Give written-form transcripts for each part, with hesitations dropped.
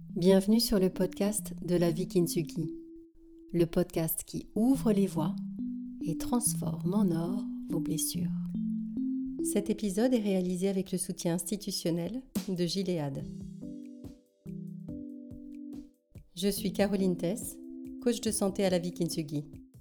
Bienvenue sur le podcast de la vie Kintsugi, le podcast qui ouvre les voies et transforme en or vos blessures. Cet épisode est réalisé avec le soutien institutionnel de Gilead. Je suis Caroline Tess, coach de santé à la vie Kintsugi.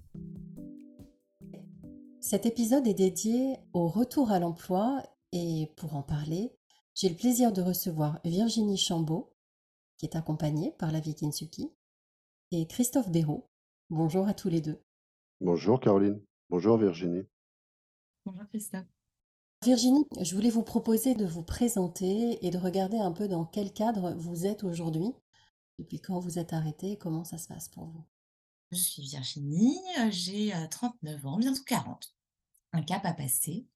Cet épisode est dédié au retour à l'emploi et pour en parler, j'ai le plaisir de recevoir Virginie Chambaud, qui est accompagnée par la vie Kintsugi, et Christophe Béraud. Bonjour à tous les deux. Bonjour Caroline, bonjour Virginie. Bonjour Christophe. Virginie, je voulais vous proposer de vous présenter et de regarder un peu dans quel cadre vous êtes aujourd'hui, depuis quand vous êtes arrêtée et comment ça se passe pour vous. Je suis Virginie, j'ai 39 ans, bientôt 40. Un cap à passer.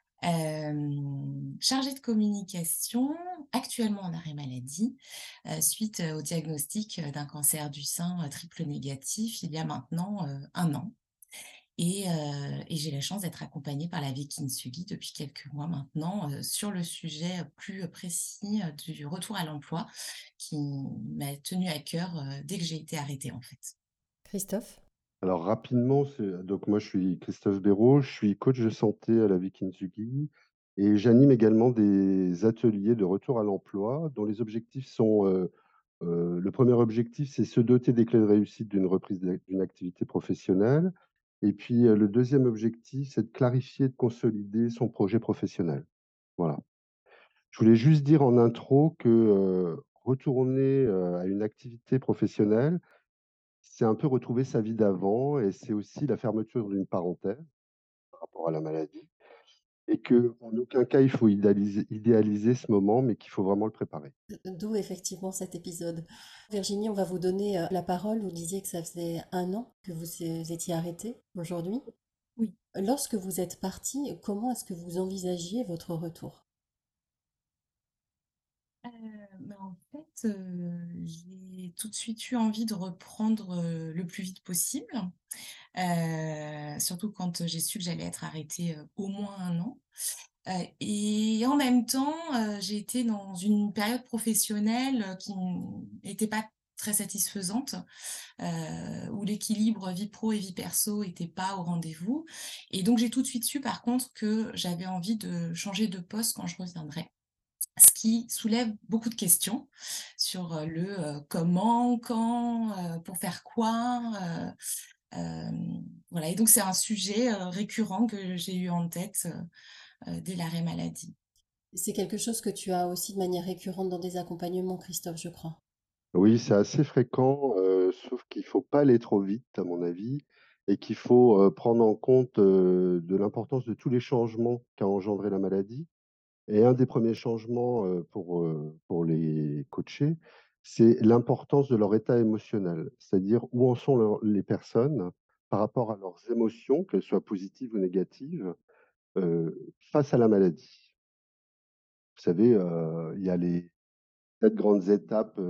Chargée de communication, actuellement en arrêt maladie, suite au diagnostic d'un cancer du sein triple négatif il y a maintenant 1 an. Et j'ai la chance d'être accompagnée par la vie Kintsugi depuis quelques mois maintenant sur le sujet plus précis du retour à l'emploi qui m'a tenu à cœur dès que j'ai été arrêtée en fait. Christophe? Alors rapidement, donc moi je suis Christophe Béraud, je suis coach de santé à la vie Kintsugi et j'anime également des ateliers de retour à l'emploi dont les objectifs sont, le premier objectif c'est se doter des clés de réussite d'une reprise d'une activité professionnelle et puis le deuxième objectif c'est de clarifier, de consolider son projet professionnel. Voilà. Je voulais juste dire en intro que retourner à une activité professionnelle, c'est un peu retrouver sa vie d'avant et c'est aussi la fermeture d'une parenthèse par rapport à la maladie et qu'en aucun cas il faut idéaliser ce moment, mais qu'il faut vraiment le préparer. D'où effectivement cet épisode. Virginie, on va vous donner la parole. Vous disiez que ça faisait 1 an que vous étiez arrêtée aujourd'hui. Oui. Lorsque vous êtes partie, comment est-ce que vous envisagiez votre retour? En fait, j'ai tout de suite eu envie de reprendre, le plus vite possible, surtout quand j'ai su que j'allais être arrêtée, au moins 1 an. Et en même temps, j'ai été dans une période professionnelle, qui n'était pas très satisfaisante, où l'équilibre vie pro et vie perso était pas au rendez-vous et donc j'ai tout de suite su par contre que j'avais envie de changer de poste quand je reviendrais. Ce qui soulève beaucoup de questions sur, comment, quand, pour faire quoi, voilà et donc c'est un sujet, récurrent que j'ai eu en tête, dès l'arrêt maladie. C'est quelque chose que tu as aussi de manière récurrente dans des accompagnements, Christophe, je crois. Oui, c'est assez fréquent, sauf qu'il faut pas aller trop vite à mon avis et qu'il faut prendre en compte de l'importance de tous les changements qu'a engendré la maladie. Et un des premiers changements pour les coachés, c'est l'importance de leur état émotionnel, c'est-à-dire où en sont les personnes par rapport à leurs émotions, qu'elles soient positives ou négatives, face à la maladie. Vous savez, il y a les 7 grandes étapes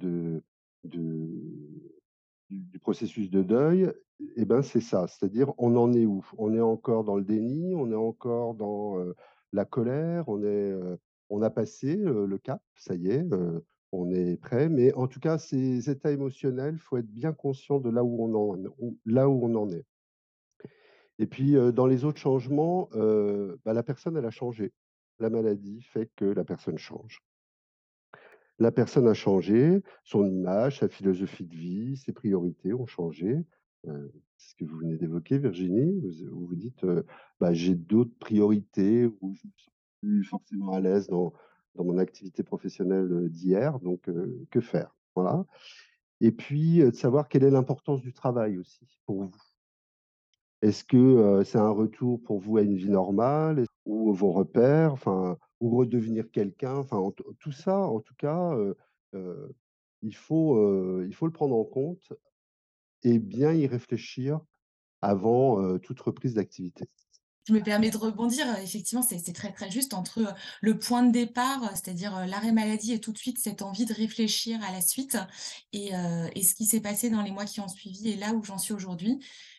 de, du processus de deuil, et ben c'est ça, c'est-à-dire on en est où? On est encore dans le déni, on est encore dans la colère, on a passé le cap, ça y est, on est prêt, mais en tout cas, ces états émotionnels, faut être bien conscient de là où là où on en est. Et puis dans les autres changements, bah, la personne, elle a changé. La maladie fait que la personne change. La personne a changé, son image, sa philosophie de vie, ses priorités ont changé. C'est ce que vous venez d'évoquer, Virginie. Vous dites, bah, j'ai d'autres priorités ou je me sens plus forcément à l'aise dans mon activité professionnelle d'hier, donc que faire? Voilà. Et puis, de savoir quelle est l'importance du travail aussi pour vous. Est-ce que c'est un retour pour vous à une vie normale ou vos repères, enfin, ou redevenir quelqu'un, enfin, tout ça, en tout cas, heu, il faut le prendre en compte et bien y réfléchir avant toute reprise d'activité. Je me permets de rebondir, effectivement, c'est très, très juste entre, le point de départ, c'est-à-dire, l'arrêt maladie et tout de suite cette envie de réfléchir à la suite et ce qui s'est passé dans les mois qui ont suivi et là où j'en suis aujourd'hui.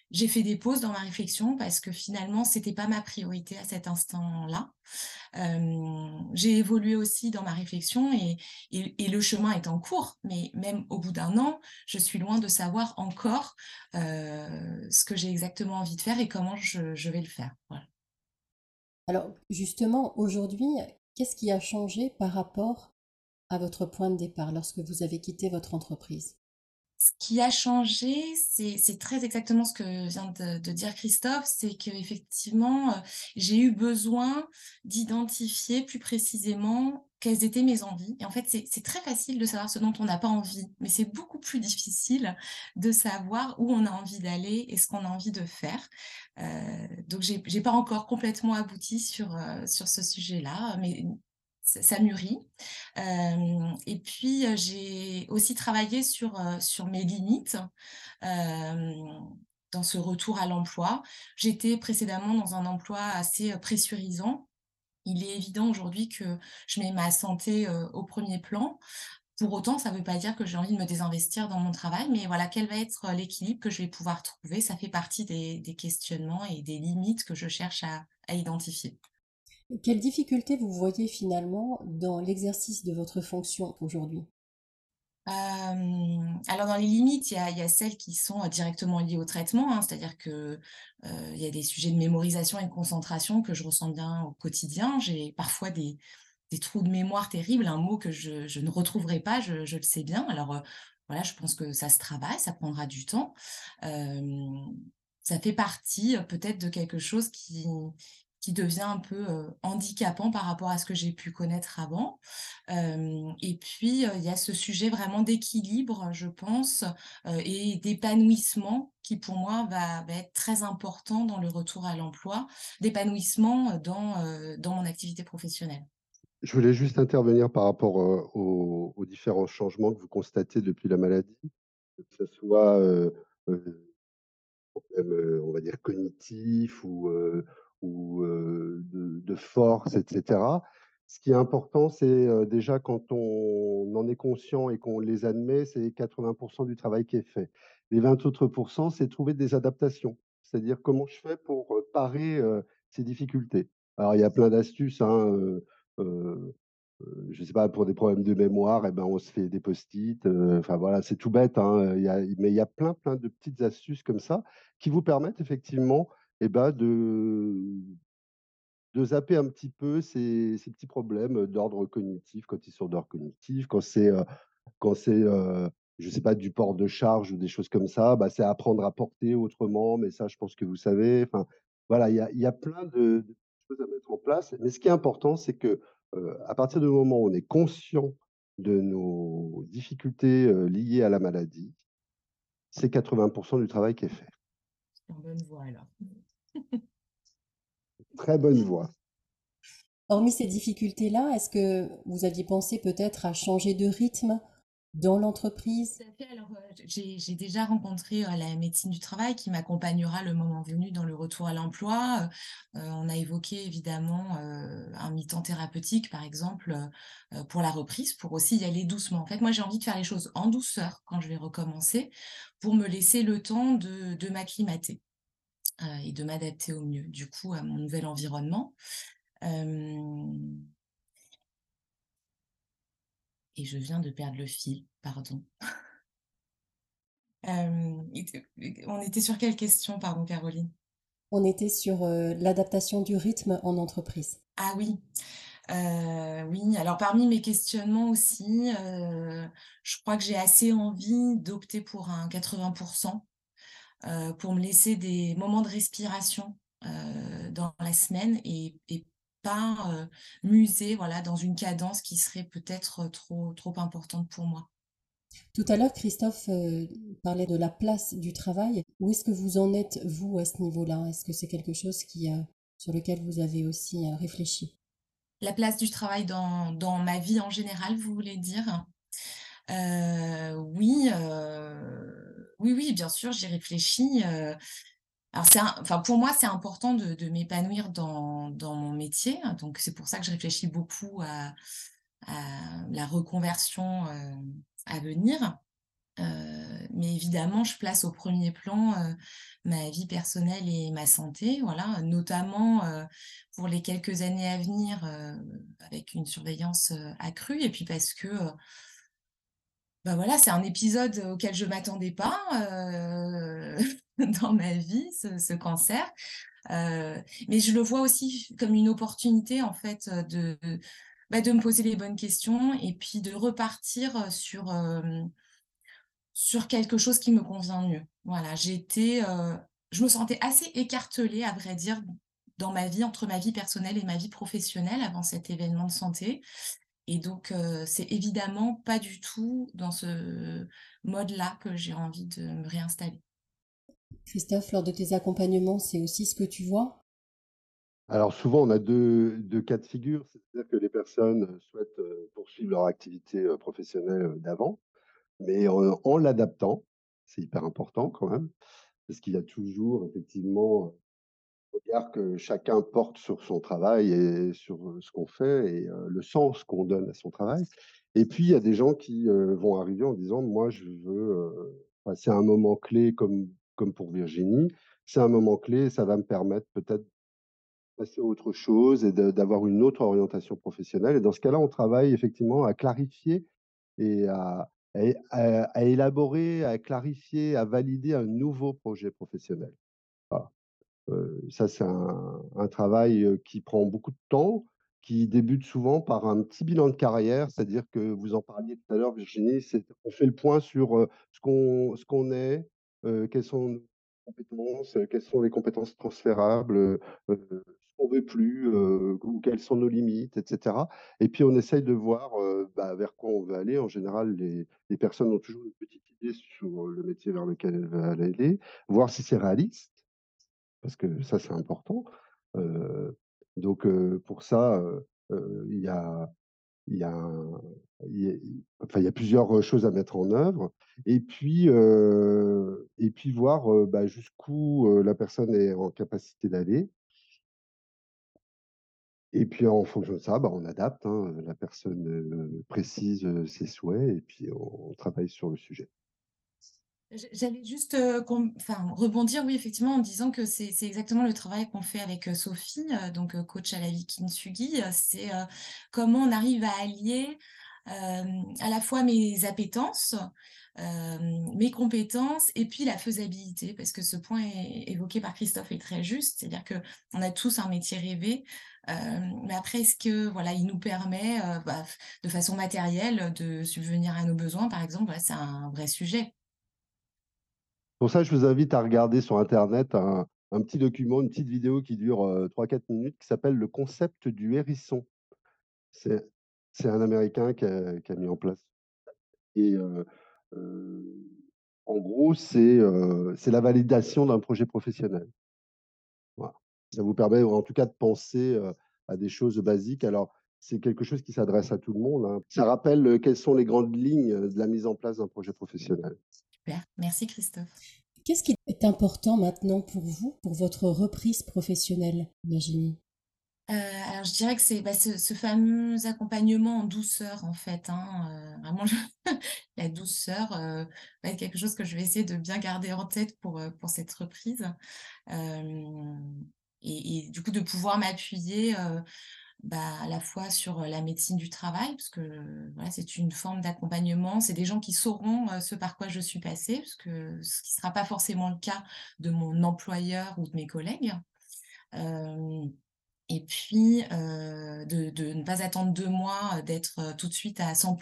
j'ai fait des pauses dans ma réflexion parce que finalement, c'était pas ma priorité à cet instant-là. J'ai évolué aussi dans ma réflexion et le chemin est en cours, mais même au bout d'un an, je suis loin de savoir encore, ce que j'ai exactement envie de faire et comment je vais le faire. Voilà. Alors justement, aujourd'hui, qu'est-ce qui a changé par rapport à votre point de départ lorsque vous avez quitté votre entreprise? Ce qui a changé, c'est très exactement ce que vient de dire Christophe, c'est qu'effectivement, j'ai eu besoin d'identifier plus précisément quelles étaient mes envies et en fait, c'est très facile de savoir ce dont on n'a pas envie, mais c'est beaucoup plus difficile de savoir où on a envie d'aller et ce qu'on a envie de faire. Donc j'ai pas encore complètement abouti sur ce sujet-là, mais ça mûrit. Et puis, j'ai aussi travaillé sur mes limites, hem, dans ce retour à l'emploi. J'étais précédemment dans un emploi assez, pressurisant. Il est évident aujourd'hui que je mets ma santé, au premier plan. Pour autant, ça ne veut pas dire que j'ai envie de me désinvestir dans mon travail, mais voilà, quel va être, l'équilibre que je vais pouvoir trouver? Ça fait partie des questionnements et des limites que je cherche à identifier. Quelles difficultés vous voyez finalement dans l'exercice de votre fonction aujourd'hui? Alors dans les limites, il y a celles qui sont, directement liées au traitement, hein. C'est-à-dire que, il y a des sujets de mémorisation et de concentration que je ressens bien au quotidien. J'ai parfois des trous de mémoire terribles, un mot que je ne retrouverai pas, je le sais bien. Alors, voilà, je pense que ça se travaille, ça prendra du temps. Hem, Ça fait partie, peut-être de quelque chose qui devient un peu, handicapant par rapport à ce que j'ai pu connaître avant. Et puis, il y a ce sujet vraiment d'équilibre, je pense, et d'épanouissement qui pour moi va être très important dans le retour à l'emploi, d'épanouissement, dans mon activité professionnelle. Je voulais juste intervenir par rapport, aux différents changements que vous constatez depuis la maladie, que ce soit, heu problèmes, on va dire cognitifs ou de force et cetera. Ce qui est important, c'est, déjà quand on en est conscient et qu'on les admet, c'est 80 du travail qui est fait. Les 20 autres c'est trouver des adaptations. C'est-à-dire comment je fais pour, parer, ces difficultés. Alors il y a plein d'astuces, hein, heu je sais pas, pour des problèmes de mémoire, et ben, on se fait des post-it, enfin voilà, c'est tout bête, hein, mais il y a plein, plein de petites astuces comme ça qui vous permettent effectivement, et ben, de zapper un petit peu ces petits problèmes d'ordre cognitif, quand ils sont d'ordre cognitif, quand c'est, je sais pas, du port de charge ou des choses comme ça, bah, c'est apprendre à porter autrement, mais ça, je pense que vous savez. Enfin, voilà, il y a plein de choses à mettre en place. Mais ce qui est important, c'est que, à partir du moment où on est conscient de nos difficultés, liées à la maladie, c'est 80 du travail qui est fait. En bonne voie alors. Très bonne voie. Hormis ces difficultés-là, est-ce que vous aviez pensé peut-être à changer de rythme dans l'entreprise? Tout à fait. Alors, j'ai déjà rencontré, la médecine du travail qui m'accompagnera le moment venu dans le retour à l'emploi. On a évoqué évidemment, un mi-temps thérapeutique par exemple, pour la reprise, pour aussi y aller doucement. En fait, moi, j'ai envie de faire les choses en douceur quand je vais recommencer, pour me laisser le temps de m'acclimater, et de m'adapter au mieux, du coup, à mon nouvel environnement. Hem Et je viens de perdre le fil, pardon. On était sur quelle question, pardon, Caroline? On était sur l'adaptation du rythme en entreprise. Ah oui, oui, alors parmi mes questionnements aussi, je crois que j'ai assez envie d'opter pour un 80 pour me laisser des moments de respiration, dans la semaine et pas, m'user, voilà, dans une cadence qui serait peut-être, trop importante pour moi. Tout à l'heure, Christophe parlait de la place du travail. Où est-ce que vous en êtes, vous, à ce niveau-là? Est-ce que c'est quelque chose sur lequel vous avez aussi réfléchi? La place du travail dans ma vie en général, vous voulez dire? Oui, oui, oui, bien sûr, j'y réfléchis, alors enfin, pour moi, c'est important de m'épanouir dans mon métier, hein, donc c'est pour ça que je réfléchis beaucoup à la reconversion, à venir. mais évidemment, je place au premier plan, ma vie personnelle et ma santé, voilà, notamment, pour les quelques années à venir, avec une surveillance, accrue et puis parce que, bah, voilà, c'est un épisode auquel je m'attendais pas, dans ma vie, ce cancer. Mais je le vois aussi comme une opportunité en fait, de me poser les bonnes questions et puis de repartir, sur quelque chose qui me convient mieux. Voilà, je me sentais assez écartelée à vrai dire dans ma vie, entre ma vie personnelle et ma vie professionnelle avant cet événement de santé et donc c'est évidemment pas du tout dans ce mode-là que j'ai envie de me réinstaller. Christophe, lors de tes accompagnements, c'est aussi ce que tu vois? Alors souvent, on a deux cas de figure, c'est-à-dire que les personnes souhaitent poursuivre leur activité professionnelle d'avant, mais en l'adaptant, c'est hyper important quand même, parce qu'il y a toujours effectivement un regard que chacun porte sur son travail et sur ce qu'on fait et le sens qu'on donne à son travail. Et puis, il y a des gens qui vont arriver en disant, moi, je veux, enfin, c'est un moment clé comme pour Virginie, c'est un moment clé, ça va me permettre peut-être passer à autre chose et d'avoir une autre orientation professionnelle. Et dans ce cas-là, on travaille effectivement à clarifier et à élaborer, à clarifier, à valider un nouveau projet professionnel. Voilà. Ça, c'est un travail qui prend beaucoup de temps, qui débute souvent par un petit bilan de carrière, c'est-à-dire que vous en parliez tout à l'heure, Virginie, on fait le point sur ce qu'on est, quelles sont nos compétences, quelles sont les compétences transférables, ce qu'on veut plus, ou quelles sont nos limites, etc. Et puis on essaye de voir bah, vers quoi on veut aller. En général, les personnes ont toujours une petite idée sur le métier vers lequel elles veulent aller, voir si c'est réaliste parce que ça, c'est important. Heu, donc pour ça, il y a il y a un il y a enfin, il y a plusieurs choses à mettre en œuvre et puis voir, bah, jusqu'où, la personne est en capacité d'aller et puis en fonction de ça, bah, on adapte, hein, la personne, précise, ses souhaits et puis on travaille sur le sujet. J'allais juste, enfin, rebondir, oui, effectivement, en disant que c'est exactement le travail qu'on fait avec, Sophie, donc coach à la vie Kintsugi. C'est, comment on arrive à allier, à la fois mes appétences, mes compétences et puis la faisabilité. Parce que ce point évoqué par Christophe est très juste, c'est-à-dire qu'on a tous un métier rêvé, mais après est-ce que, voilà, il nous permet, bah, de façon matérielle, de subvenir à nos besoins, par exemple? Ouais, c'est un vrai sujet. Pour ça, je vous invite à regarder sur internet un petit document, une petite vidéo qui dure, 3-4 minutes qui s'appelle «Le concept du hérisson». C'est c'est un Américain qui a mis en place et heu, en gros, c'est la validation d'un projet professionnel. Voilà. Ça vous permet en tout cas de penser, à des choses basiques. Alors, c'est quelque chose qui s'adresse à tout le monde, hein. Ça rappelle, quelles sont les grandes lignes, de la mise en place d'un projet professionnel. Super, merci Christophe. Qu'est-ce qui est important maintenant pour vous, pour votre reprise professionnelle, Virginie? Alors je dirais que c'est, bah, ce fameux accompagnement en douceur en fait, hein, vraiment la douceur, va être quelque chose que je vais essayer de bien garder en tête pour cette reprise. Hem et du coup de pouvoir m'appuyer, bah, à la fois sur, la médecine du travail parce que, voilà, c'est une forme d'accompagnement. C'est des gens qui sauront, ce par quoi je suis passée, parce que ce qui ne sera pas forcément le cas de mon employeur ou de mes collègues. Hem Et puis, de ne pas attendre 2 mois, d'être, tout de suite à 100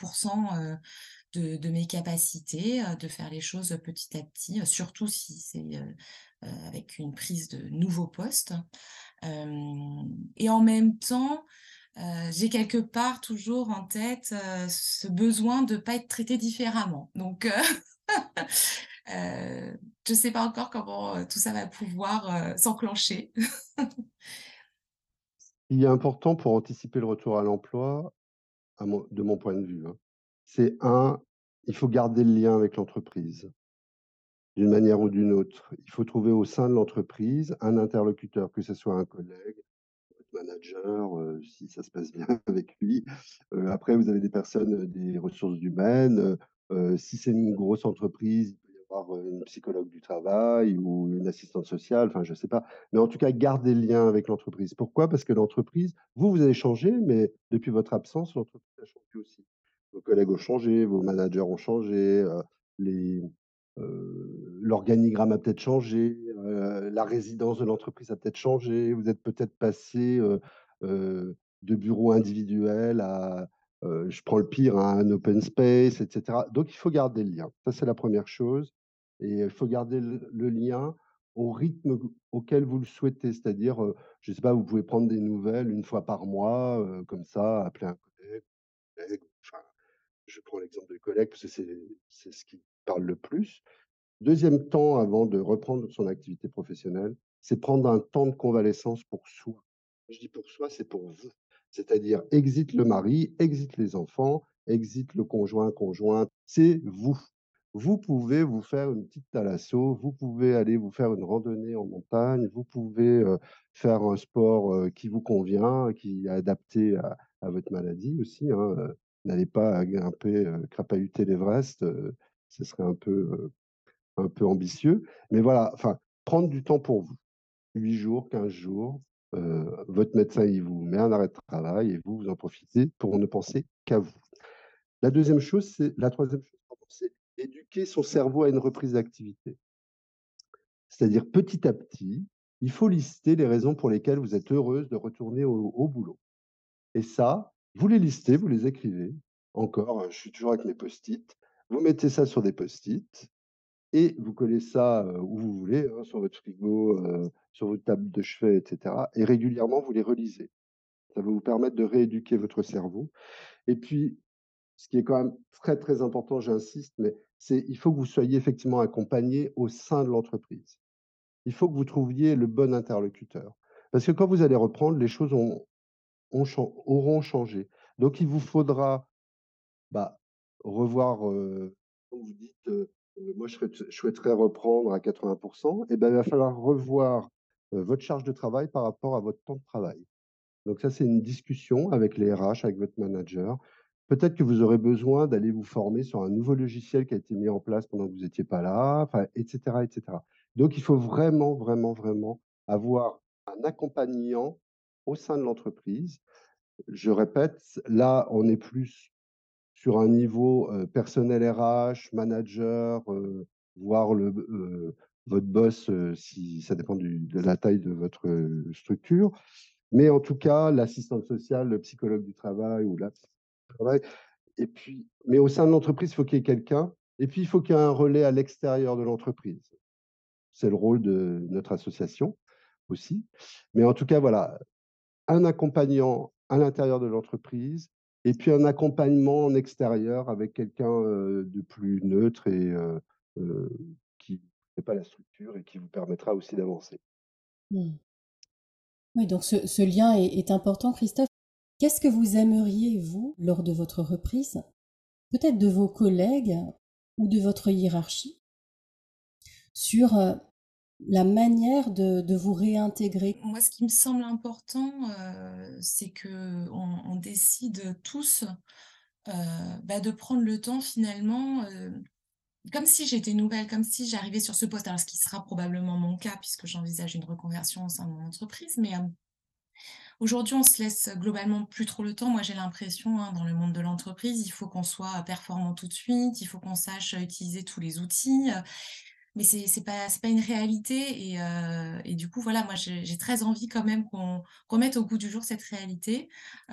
de mes capacités, de faire les choses petit à petit, surtout si c'est, avec une prise de nouveau poste. Et en même temps, j'ai quelque part toujours en tête, ce besoin de pas être traitée différemment. Donc, je ne sais pas encore comment, tout ça va pouvoir, s'enclencher. Il est important pour anticiper le retour à l'emploi, de mon point de vue, hein, c'est il faut garder le lien avec l'entreprise, d'une manière ou d'une autre. Il faut trouver au sein de l'entreprise un interlocuteur, que ce soit un collègue, votre manager, si ça se passe bien avec lui. Après, vous avez des personnes, des ressources humaines, si c'est une grosse entreprise, il peut y voir une psychologue du travail ou une assistante sociale, enfin, je ne sais pas. Mais en tout cas, gardez le lien avec l'entreprise. Pourquoi? Parce que l'entreprise, vous avez changé, mais depuis votre absence, l'entreprise a changé aussi. Vos collègues ont changé, vos managers ont changé, les, l'organigramme a peut-être changé, la résidence de l'entreprise a peut-être changé, vous êtes peut-être passé de bureau individuel à, je prends le pire, hein, un open space, etc. Donc, il faut garder le lien. Ça, c'est la première chose. Et il faut garder le lien au rythme auquel vous le souhaitez. C'est-à-dire, je ne sais pas, vous pouvez prendre des nouvelles une fois par mois, comme ça, appeler un collègue, enfin, je prends l'exemple des collègues parce que c'est ce qui parle le plus. Deuxième temps avant de reprendre son activité professionnelle, c'est prendre un temps de convalescence pour soi. Je dis pour soi, c'est pour vous. C'est-à-dire exit le mari, exit les enfants, exit le conjoint, conjointe, c'est vous. Vous pouvez vous faire une petite thalasso, vous pouvez aller vous faire une randonnée en montagne, vous pouvez faire un sport qui vous convient, qui est adapté à votre maladie aussi, hein. N'allez pas grimper, crapahuter l'Everest, ce serait un peu ambitieux. Mais voilà, enfin, prendre du temps pour vous. 8 jours, 15 jours, votre médecin, il vous met un arrêt de travail et vous, vous en profitez pour ne penser qu'à vous. La troisième chose, pardon, c'est éduquer son cerveau à une reprise d'activité. C'est-à-dire petit à petit, il faut lister les raisons pour lesquelles vous êtes heureuse de retourner au boulot. Et ça, vous les listez, vous les écrivez. Encore, je suis toujours avec mes post-it. Vous mettez ça sur des post-it et vous collez ça où vous voulez, hein, sur votre frigo, sur votre table de chevet, etc. Et régulièrement, vous les relisez. Ça va vous permettre de rééduquer votre cerveau. Et puis, ce qui est quand même très, très important, j'insiste, mais c'est il faut que vous soyez effectivement accompagné au sein de l'entreprise. Il faut que vous trouviez le bon interlocuteur. Parce que quand vous allez reprendre, les choses auront changé. Donc, il vous faudra bah, revoir, quand vous dites, moi je souhaiterais reprendre à 80, et ben, il va falloir revoir, votre charge de travail par rapport à votre temps de travail. Donc ça, c'est une discussion avec les RH, avec votre manager. Peut-être que vous aurez besoin d'aller vous former sur un nouveau logiciel qui a été mis en place pendant que vous n'étiez pas là, enfin, et cetera, et cetera. Donc il faut vraiment, vraiment, vraiment avoir un accompagnant au sein de l'entreprise. Je répète, là, on est plus sur un niveau personnel RH, manager, voire votre boss, si ça dépend de la taille de votre structure. Mais en tout cas, l'assistante sociale, le psychologue du travail ou la psychologue du travail. Et puis, mais au sein de l'entreprise, il faut qu'il y ait quelqu'un. Et puis, il faut qu'il y ait un relais à l'extérieur de l'entreprise. C'est le rôle de notre association aussi. Mais en tout cas, voilà, un accompagnant à l'intérieur de l'entreprise et puis un accompagnement en extérieur avec quelqu'un de plus neutre et euh, qui n'est pas la structure et qui vous permettra aussi d'avancer. Hmm. Oui, donc ce lien est important, Christophe. Qu'est-ce que vous aimeriez, vous, lors de votre reprise, peut-être de vos collègues ou de votre hiérarchie, sur la manière de vous réintégrer? Moi, ce qui me semble important, c'est qu'on décide tous, de prendre le temps finalement, comme si j'étais nouvelle, comme si j'arrivais sur ce poste. Alors ce qui sera probablement mon cas puisque j'envisage une reconversion au sein de mon entreprise, mais, aujourd'hui, on se laisse globalement plus trop le temps. Moi, j'ai l'impression, hein, dans le monde de l'entreprise, il faut qu'on soit performant tout de suite, il faut qu'on sache utiliser tous les outils, mais c'est pas une réalité et du coup, voilà, moi, j'ai très envie quand même qu'on remette au goût du jour cette réalité,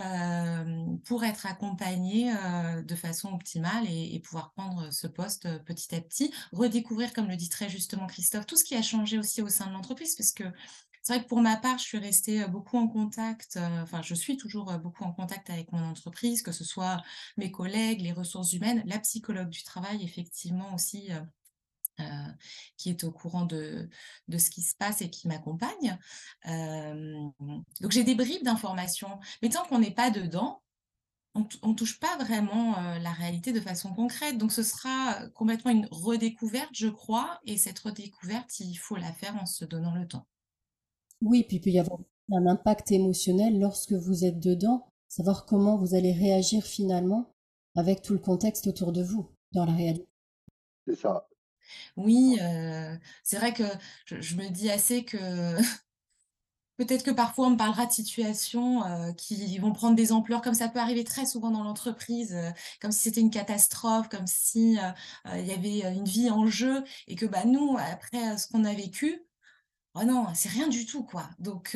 pour être accompagné de façon optimale et pouvoir prendre ce poste, petit à petit. Redécouvrir, comme le dit très justement Christophe, tout ce qui a changé aussi au sein de l'entreprise, parce que c'est vrai que pour ma part, je suis restée, beaucoup en contact, enfin, je suis toujours, beaucoup en contact avec mon entreprise, que ce soit mes collègues, les ressources humaines, la psychologue du travail effectivement aussi, heu, qui est au courant de ce qui se passe et qui m'accompagne. Hem, donc j'ai des bribes d'informations, mais tant qu'on n'est pas dedans, on touche pas vraiment, la réalité de façon concrète. Donc ce sera, complètement une redécouverte, je crois, et cette redécouverte, il faut la faire en se donnant le temps. Oui, puis il peut y avoir un impact émotionnel lorsque vous êtes dedans, savoir comment vous allez réagir finalement avec tout le contexte autour de vous, dans la réalité. C'est ça. Oui, c'est vrai que je me dis assez que peut-être que parfois on me parlera de situations, qui vont prendre des ampleurs comme ça peut arriver très souvent dans l'entreprise, comme si c'était une catastrophe, comme si, il y avait, une vie en jeu et que, bah, nous après, ce qu'on a vécu, oh non, c'est rien du tout quoi. Donc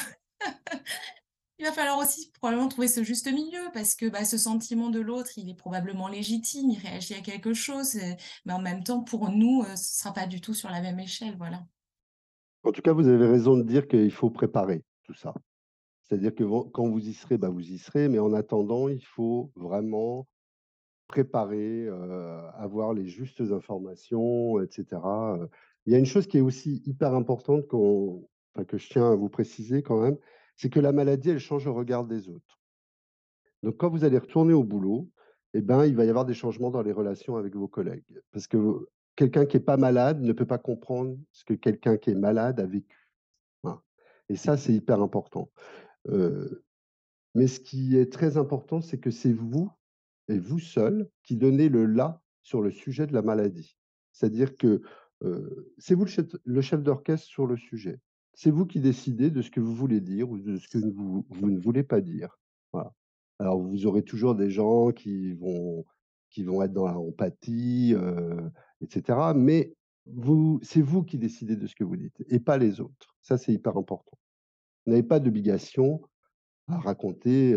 il va falloir aussi probablement trouver ce juste milieu parce que, bah, ce sentiment de l'autre, il est probablement légitime, il réagit à quelque chose, mais en même temps pour nous, ce sera pas du tout sur la même échelle, voilà. En tout cas, vous avez raison de dire qu'il faut préparer tout ça. C'est-à-dire que quand vous y serez, bah, vous y serez, mais en attendant, il faut vraiment préparer, avoir les justes informations, et cetera. Il y a une chose qui est aussi hyper importante enfin, que je tiens à vous préciser quand même, c'est que la maladie, elle change le regard des autres. Donc quand vous allez retourner au boulot, eh ben, il va y avoir des changements dans les relations avec vos collègues. Parce que quelqu'un qui est pas malade ne peut pas comprendre ce que quelqu'un qui est malade a vécu. Voilà. Et ça, c'est hyper important. Heu, mais ce qui est très important, c'est que c'est vous et vous seul qui donnez le «là» sur le sujet de la maladie. C'est-à-dire que, c'est vous le chef d'orchestre sur le sujet. C'est vous qui décidez de ce que vous voulez dire ou de ce que vous ne voulez pas dire. Voilà. Alors vous aurez toujours des gens qui vont être dans la empathie, et cetera, mais c'est vous qui décidez de ce que vous dites et pas les autres. Ça, c'est hyper important. Vous n'avez pas d'obligation à raconter,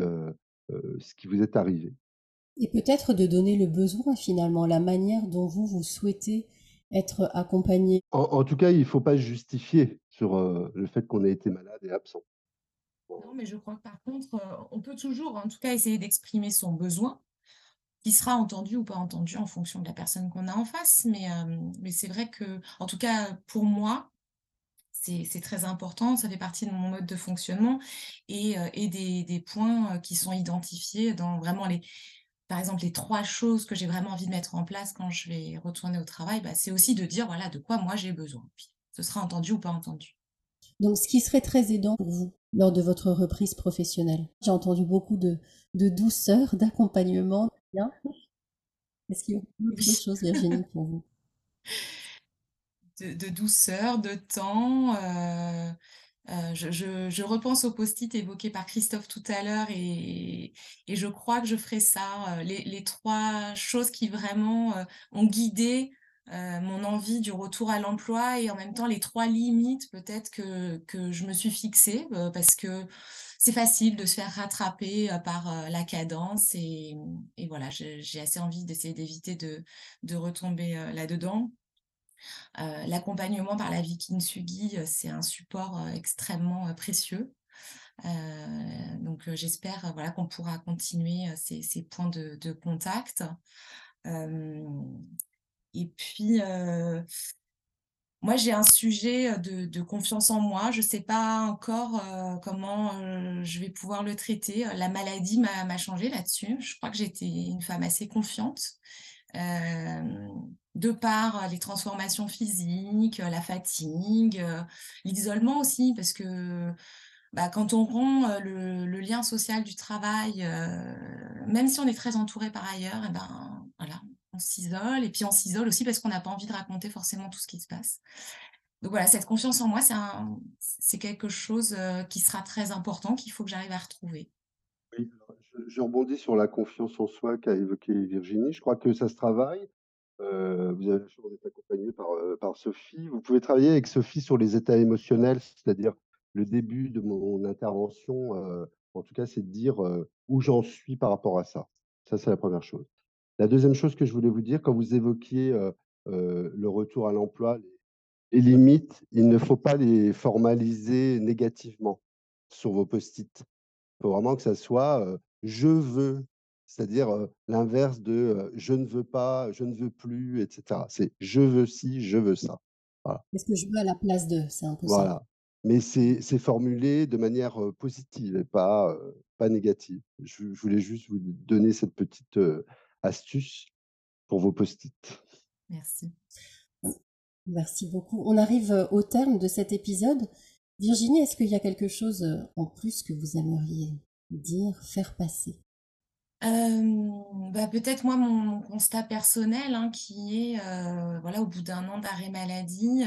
ce qui vous est arrivé. Et peut-être de donner le besoin finalement, la manière dont vous souhaitez être accompagné. En tout cas, il ne faut pas se justifier sur, le fait qu'on ait été malade et absent. Non, mais je crois que par contre, on peut toujours, en tout cas, essayer d'exprimer son besoin, qui sera entendu ou pas entendu en fonction de la personne qu'on a en face. Mais c'est vrai que, en tout cas, pour moi, c'est très important. Ça fait partie de mon mode de fonctionnement et des points, qui sont identifiés dans vraiment par exemple, les 3 choses que j'ai vraiment envie de mettre en place quand je vais retourner au travail, bah, c'est aussi de dire, voilà, de quoi moi j'ai besoin. Puis ce sera entendu ou pas entendu. Donc ce qui serait très aidant pour vous lors de votre reprise professionnelle. J'ai entendu beaucoup de douceur, d'accompagnement. Bien. Est-ce qu'il y a autre chose, Virginie, pour vous? De douceur, de temps, je repense au post-it évoqué par Christophe tout à l'heure et je crois que je ferai ça, les 3 choses qui vraiment, ont guidé, mon envie du retour à l'emploi et en même temps les 3 limites peut-être que je me suis fixées, parce que c'est facile de se faire rattraper, par, la cadence et voilà, j'ai assez envie d'essayer d'éviter de retomber, là-dedans. L'accompagnement par la Vikintsugi, c'est un support, extrêmement, précieux. Donc j'espère, voilà, qu'on pourra continuer, ces points de contact. Hem et puis, moi, j'ai un sujet, de confiance en moi. Je ne sais pas encore, comment, je vais pouvoir le traiter. La maladie m'a changée là-dessus. Je crois que j'étais une femme assez confiante. De par, les transformations physiques, la fatigue, l'isolement aussi parce que, bah, quand on rompt, le lien social du travail, même si on est très entouré par ailleurs et ben, voilà, on s'isole et puis on s'isole aussi parce qu'on n'a pas envie de raconter forcément tout ce qui se passe. Donc voilà, cette confiance en moi, c'est quelque chose, qui sera très important, qu'il faut que j'arrive à retrouver. Oui, alors je rebondis sur la confiance en soi qu'a évoqué Virginie. Je crois que ça se travaille. Vous avez la chance d'être accompagnée par Sophie. Vous pouvez travailler avec Sophie sur les états émotionnels, c'est-à-dire le début de mon intervention, en tout cas, c'est de dire, où j'en suis par rapport à ça. Ça, c'est la première chose. La deuxième chose que je voulais vous dire, quand vous évoquiez, le retour à l'emploi, les limites, il ne faut pas les formaliser négativement sur vos post-it. Faut vraiment que ça soit, «je veux», c'est-à-dire, l'inverse de, «je ne veux pas», «je ne veux plus» et cetera. C'est «je veux ci», «je veux ça». Voilà, Qu'est-ce que je veux à la place de? C'est un peu ça. voilà. Mais c'est formulé de manière, positive et pas négative. Je voulais juste vous donner cette petite, astuce pour vos post-it. Merci. Merci beaucoup. On arrive au terme de cet épisode. Virginie, est-ce qu'il y a quelque chose en plus que vous aimeriez dire, faire passer? Peut-être moi mon constat personnel, hein, qui est, voilà, au bout d'1 an d'arrêt maladie,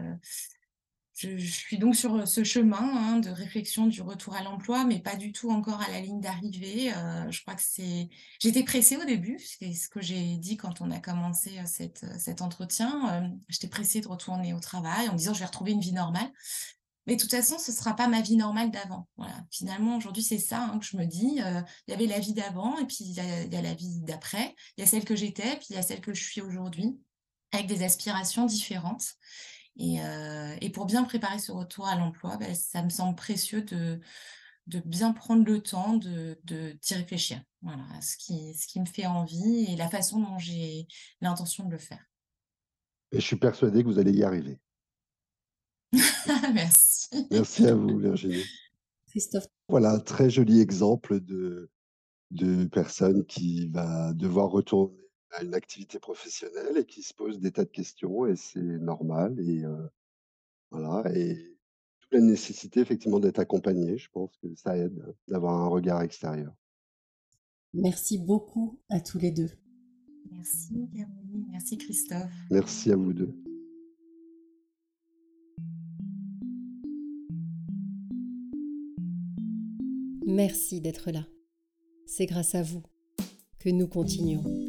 je suis donc sur, ce chemin, hein, de réflexion du retour à l'emploi, mais pas du tout encore à la ligne d'arrivée. Je crois que j'étais pressée au début, c'est ce que j'ai dit quand on a commencé, cet entretien. J'étais pressée de retourner au travail en me disant: «Je vais retrouver une vie normale». Mais de toute façon, ce sera pas ma vie normale d'avant. Voilà, finalement, aujourd'hui, c'est ça, hein, que je me dis, il y avait la vie d'avant et puis il y a la vie d'après. Il y a celle que j'étais, puis il y a celle que je suis aujourd'hui, avec des aspirations différentes. Et pour bien préparer ce retour à l'emploi, ça me semble précieux de bien prendre le temps d'y réfléchir, voilà, à ce qui me fait envie et la façon dont j'ai l'intention de le faire. Et je suis persuadé que vous allez y arriver. Merci. Merci à vous, Virginie. Christophe, Voilà un très joli exemple de personne qui va devoir retourner à une activité professionnelle et qui se pose des tas de questions et c'est normal et voilà et toute la nécessité effectivement d'être accompagné. Je pense que ça aide d'avoir un regard extérieur. merci beaucoup à tous les deux. Merci Caroline, merci Christophe. Merci à vous 2. Merci d'être là. C'est grâce à vous que nous continuons.